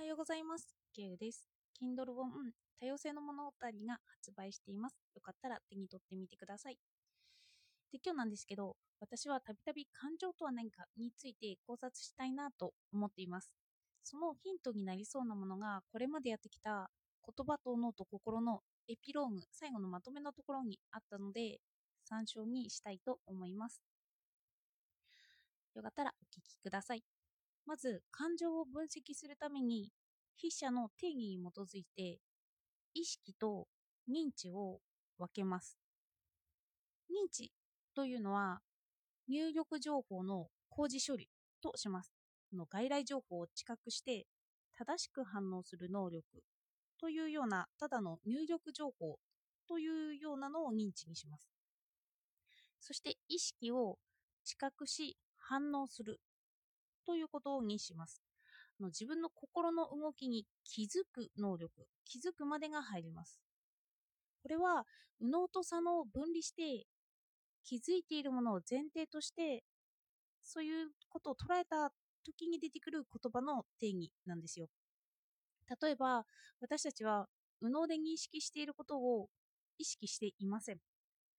ようございます。ケウです。Kindle 本、多様性の物語が発売しています。よかったら手に取ってみてください。で、今日なんですけど、私はたびたび感情とは何かについて考察したいなと思っています。そのヒントになりそうなものが、これまでやってきた言葉と脳と心のエピローグ、最後のまとめのところにあったので、参照にしたいと思います。よかったらお聞きください。まず、感情を分析するために、筆者の定義に基づいて、意識と認知を分けます。認知というのは、入力情報の公示処理とします。外来情報を知覚して、正しく反応する能力というような、ただの入力情報というようなのを認知にします。そして、意識を知覚し、反応するということを認します。自分の心の動きに気づく能力、気づくまでが入ります。これは右脳と左脳を分離して気づいているものを前提としてそういうことを捉えた時に出てくる言葉の定義なんですよ。例えば私たちは右脳で認識していることを意識していません。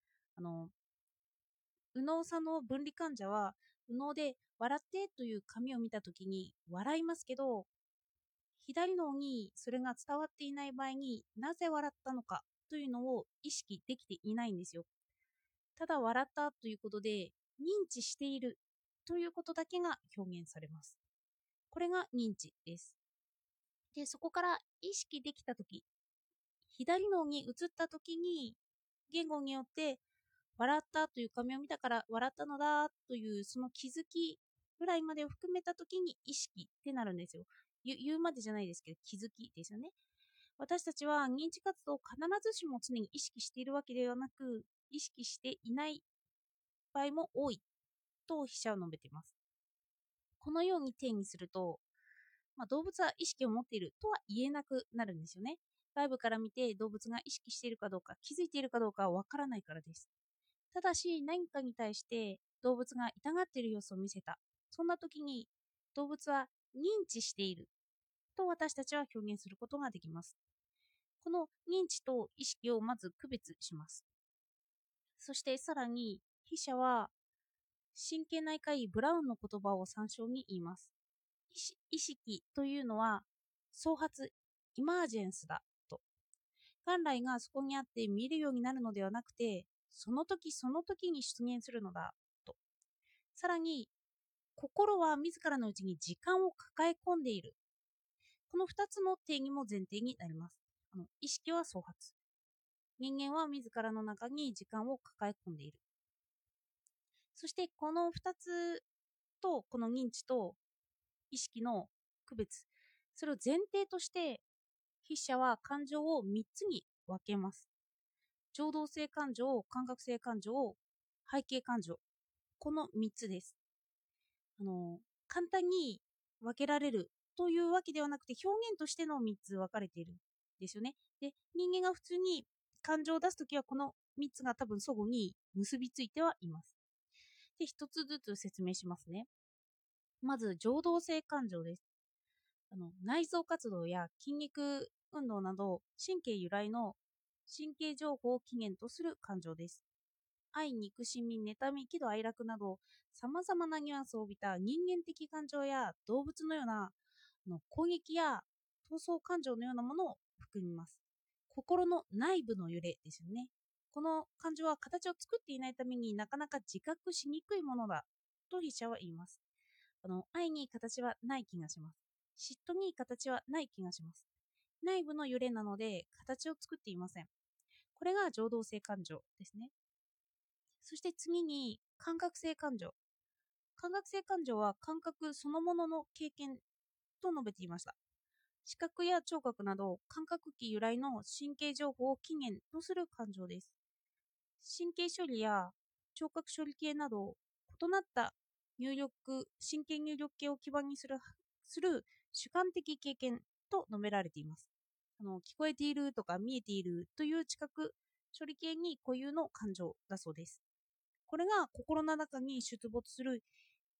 右脳左脳分離患者は右脳で笑ってという紙を見た時に笑いますけど、左脳にそれが伝わっていない場合になぜ笑ったのかというのを意識できていないんですよ。ただ笑ったということで認知しているということだけが表現されます。これが認知です。で、そこから意識できたとき、左脳に移ったときに言語によって笑ったという紙を見たから笑ったのだというその気づきぐらいまでを含めたときに意識ってなるんですよ。言うまでじゃないですけど気づきですよね。私たちは認知活動を必ずしも常に意識しているわけではなく、意識していない場合も多いと筆者は述べています。このように定義すると、動物は意識を持っているとは言えなくなるんですよね。外部から見て動物が意識しているかどうか、気づいているかどうかはわからないからです。ただし何かに対して動物が痛がっている様子を見せた。そんな時に動物は認知していると私たちは表現することができます。この認知と意識をまず区別します。そしてさらに筆者は神経内科医ブラウンの言葉を参照に言います。意識というのは創発、イマージェンスだと。元来がそこにあって見えるようになるのではなくて、その時その時に出現するのだと。さらに、心は自らのうちに時間を抱え込んでいる。この2つの定義も前提になります。意識は創発。人間は自らの中に時間を抱え込んでいる。そしてこの2つとこの認知と意識の区別、それを前提として筆者は感情を3つに分けます。情動性感情、感覚性感情、背景感情。この3つです。簡単に分けられるというわけではなくて表現としての3つ分かれているんですよね。で、人間が普通に感情を出すときはこの3つが多分相互に結びついてはいます。で、1つずつ説明しますね。まず、情動性感情です。内臓活動や筋肉運動など神経由来の神経情報を起源とする感情です。愛、憎しみ、妬み、喜怒哀楽など様々なニュアンスを帯びた人間的感情や動物のような攻撃や闘争感情のようなものを含みます。心の内部の揺れですよね。この感情は形を作っていないためになかなか自覚しにくいものだと筆者は言います。愛に形はない気がします。嫉妬に形はない気がします。内部の揺れなので形を作っていません。これが情動性感情ですね。そして次に感覚性感情。感覚性感情は感覚そのものの経験と述べていました。視覚や聴覚など感覚器由来の神経情報を起源とする感情です。神経処理や聴覚処理系など異なった神経入力系を基盤にする主観的経験と述べられています。聞こえているとか見えているという知覚処理系に固有の感情だそうです。これが心の中に出没する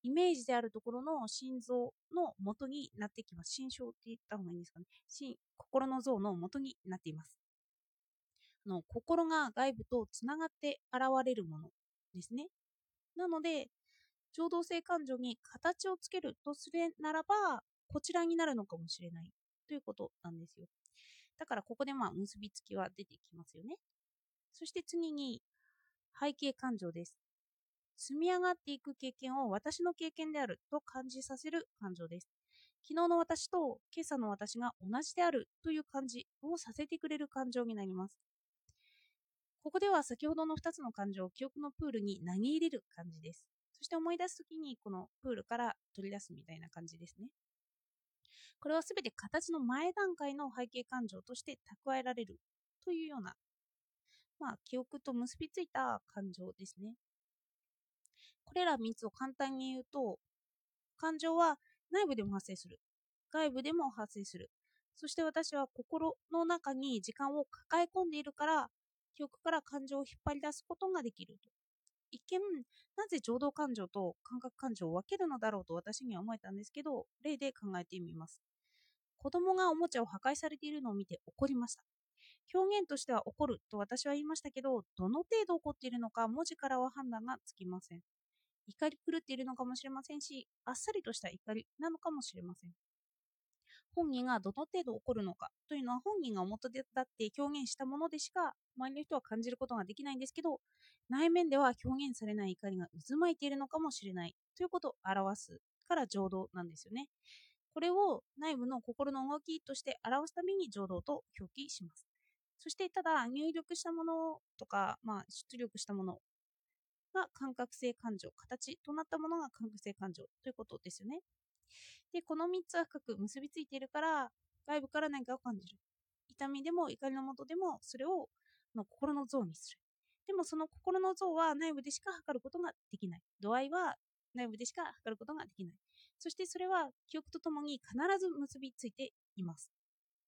イメージであるところの心臓の元になってきます。心象って言った方がいいんですかね。心の像の元になっています。心が外部とつながって現れるものですね。なので、情動性感情に形をつけるとするならば、こちらになるのかもしれないということなんですよ。だからここで結びつきは出てきますよね。そして次に背景感情です。積み上がっていく経験を私の経験であると感じさせる感情です。昨日の私と今朝の私が同じであるという感じをさせてくれる感情になります。ここでは先ほどの2つの感情を記憶のプールに投げ入れる感じです。そして思い出すときにこのプールから取り出すみたいな感じですね。これはすべて形の前段階の背景感情として蓄えられるというような、記憶と結びついた感情ですね。これら3つを簡単に言うと、感情は内部でも発生する。外部でも発生する。そして私は心の中に時間を抱え込んでいるから、記憶から感情を引っ張り出すことができると。一見、なぜ情動感情と感覚感情を分けるのだろうと私には思えたんですけど、例で考えてみます。子供がおもちゃを破壊されているのを見て怒りました。表現としては怒ると私は言いましたけど、どの程度怒っているのか文字からは判断がつきません。怒り狂っているのかもしれませんし、あっさりとした怒りなのかもしれません。本人がどの程度怒るのかというのは本人が表立って表現したものでしか周りの人は感じることができないんですけど、内面では表現されない怒りが渦巻いているのかもしれないということを表すから情動なんですよね。これを内部の心の動きとして表すために情動と表記します。そしてただ入力したものとか、出力したものが感覚性感情、形となったものが感覚性感情ということですよね。で、この3つは深く結びついているから、外部から何かを感じる。痛みでも怒りのもとでも、それを心の像にする。でもその心の像は内部でしか測ることができない。度合いは内部でしか測ることができない。そしてそれは記憶とともに必ず結びついています。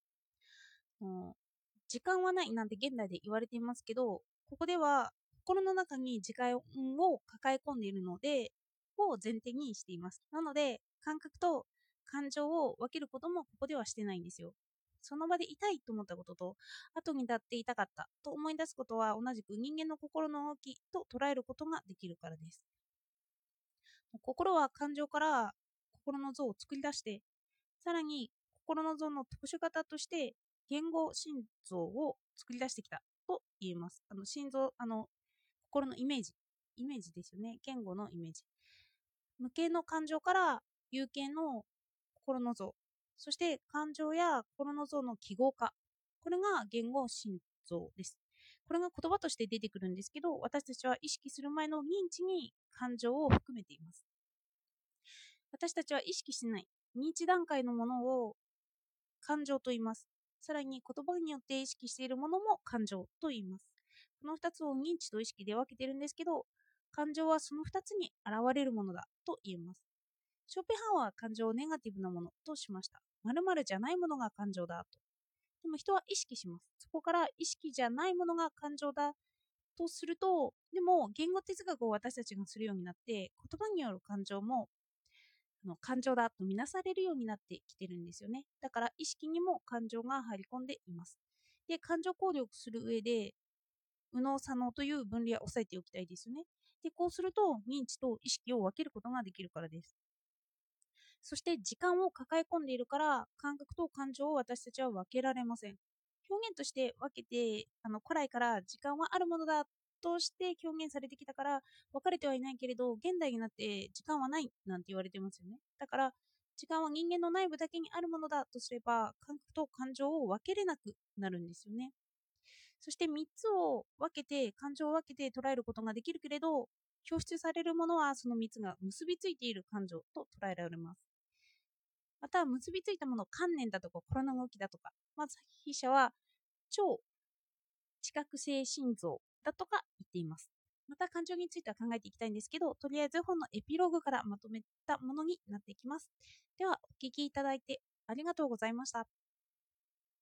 時間はないなんて現代で言われていますけど、ここでは心の中に時間を抱え込んでいるので、を前提にしています。なので、感覚と感情を分けることもここではしてないんですよ。その場で痛いと思ったことと、後に立って痛かったと思い出すことは同じく人間の心の動きと捉えることができるからです。心は感情から心の像を作り出して、さらに心の像の特殊型として言語心臓を作り出してきたと言えます。心臓、心のイメージですよね。言語のイメージ。無形の感情から有形の心の像、そして感情や心の像の記号化。これが言語心臓です。これが言葉として出てくるんですけど、私たちは意識する前の認知に感情を含めています。私たちは意識しない認知段階のものを感情と言います。さらに言葉によって意識しているものも感情と言います。この2つを認知と意識で分けているんですけど、感情はその2つに現れるものだと言えます。ショーペンハーは感情をネガティブなものとしました。〇〇じゃないものが感情だと。でも人は意識します。そこから意識じゃないものが感情だとすると、でも言語哲学を私たちがするようになって、言葉による感情も感情だとみなされるようになってきてるんですよね。だから意識にも感情が入り込んでいます。で、感情考慮する上で、右脳左脳という分離は押さえておきたいですよね。で、こうすると認知と意識を分けることができるからです。そして時間を抱え込んでいるから感覚と感情を私たちは分けられません。表現として分けて古来から時間はあるものだとして表現されてきたから分かれてはいないけれど現代になって時間はないなんて言われてますよね。だから時間は人間の内部だけにあるものだとすれば感覚と感情を分けれなくなるんですよね。そして3つを分けて感情を分けて捉えることができるけれど表出されるものはその3つが結びついている感情と捉えられます。また結びついたもの観念だとか心の動きだとか、まず筆者は超知覚性心臓だとか言っています。また感情については考えていきたいんですけど、とりあえず本のエピローグからまとめたものになっていきます。ではお聞きいただいてありがとうございました。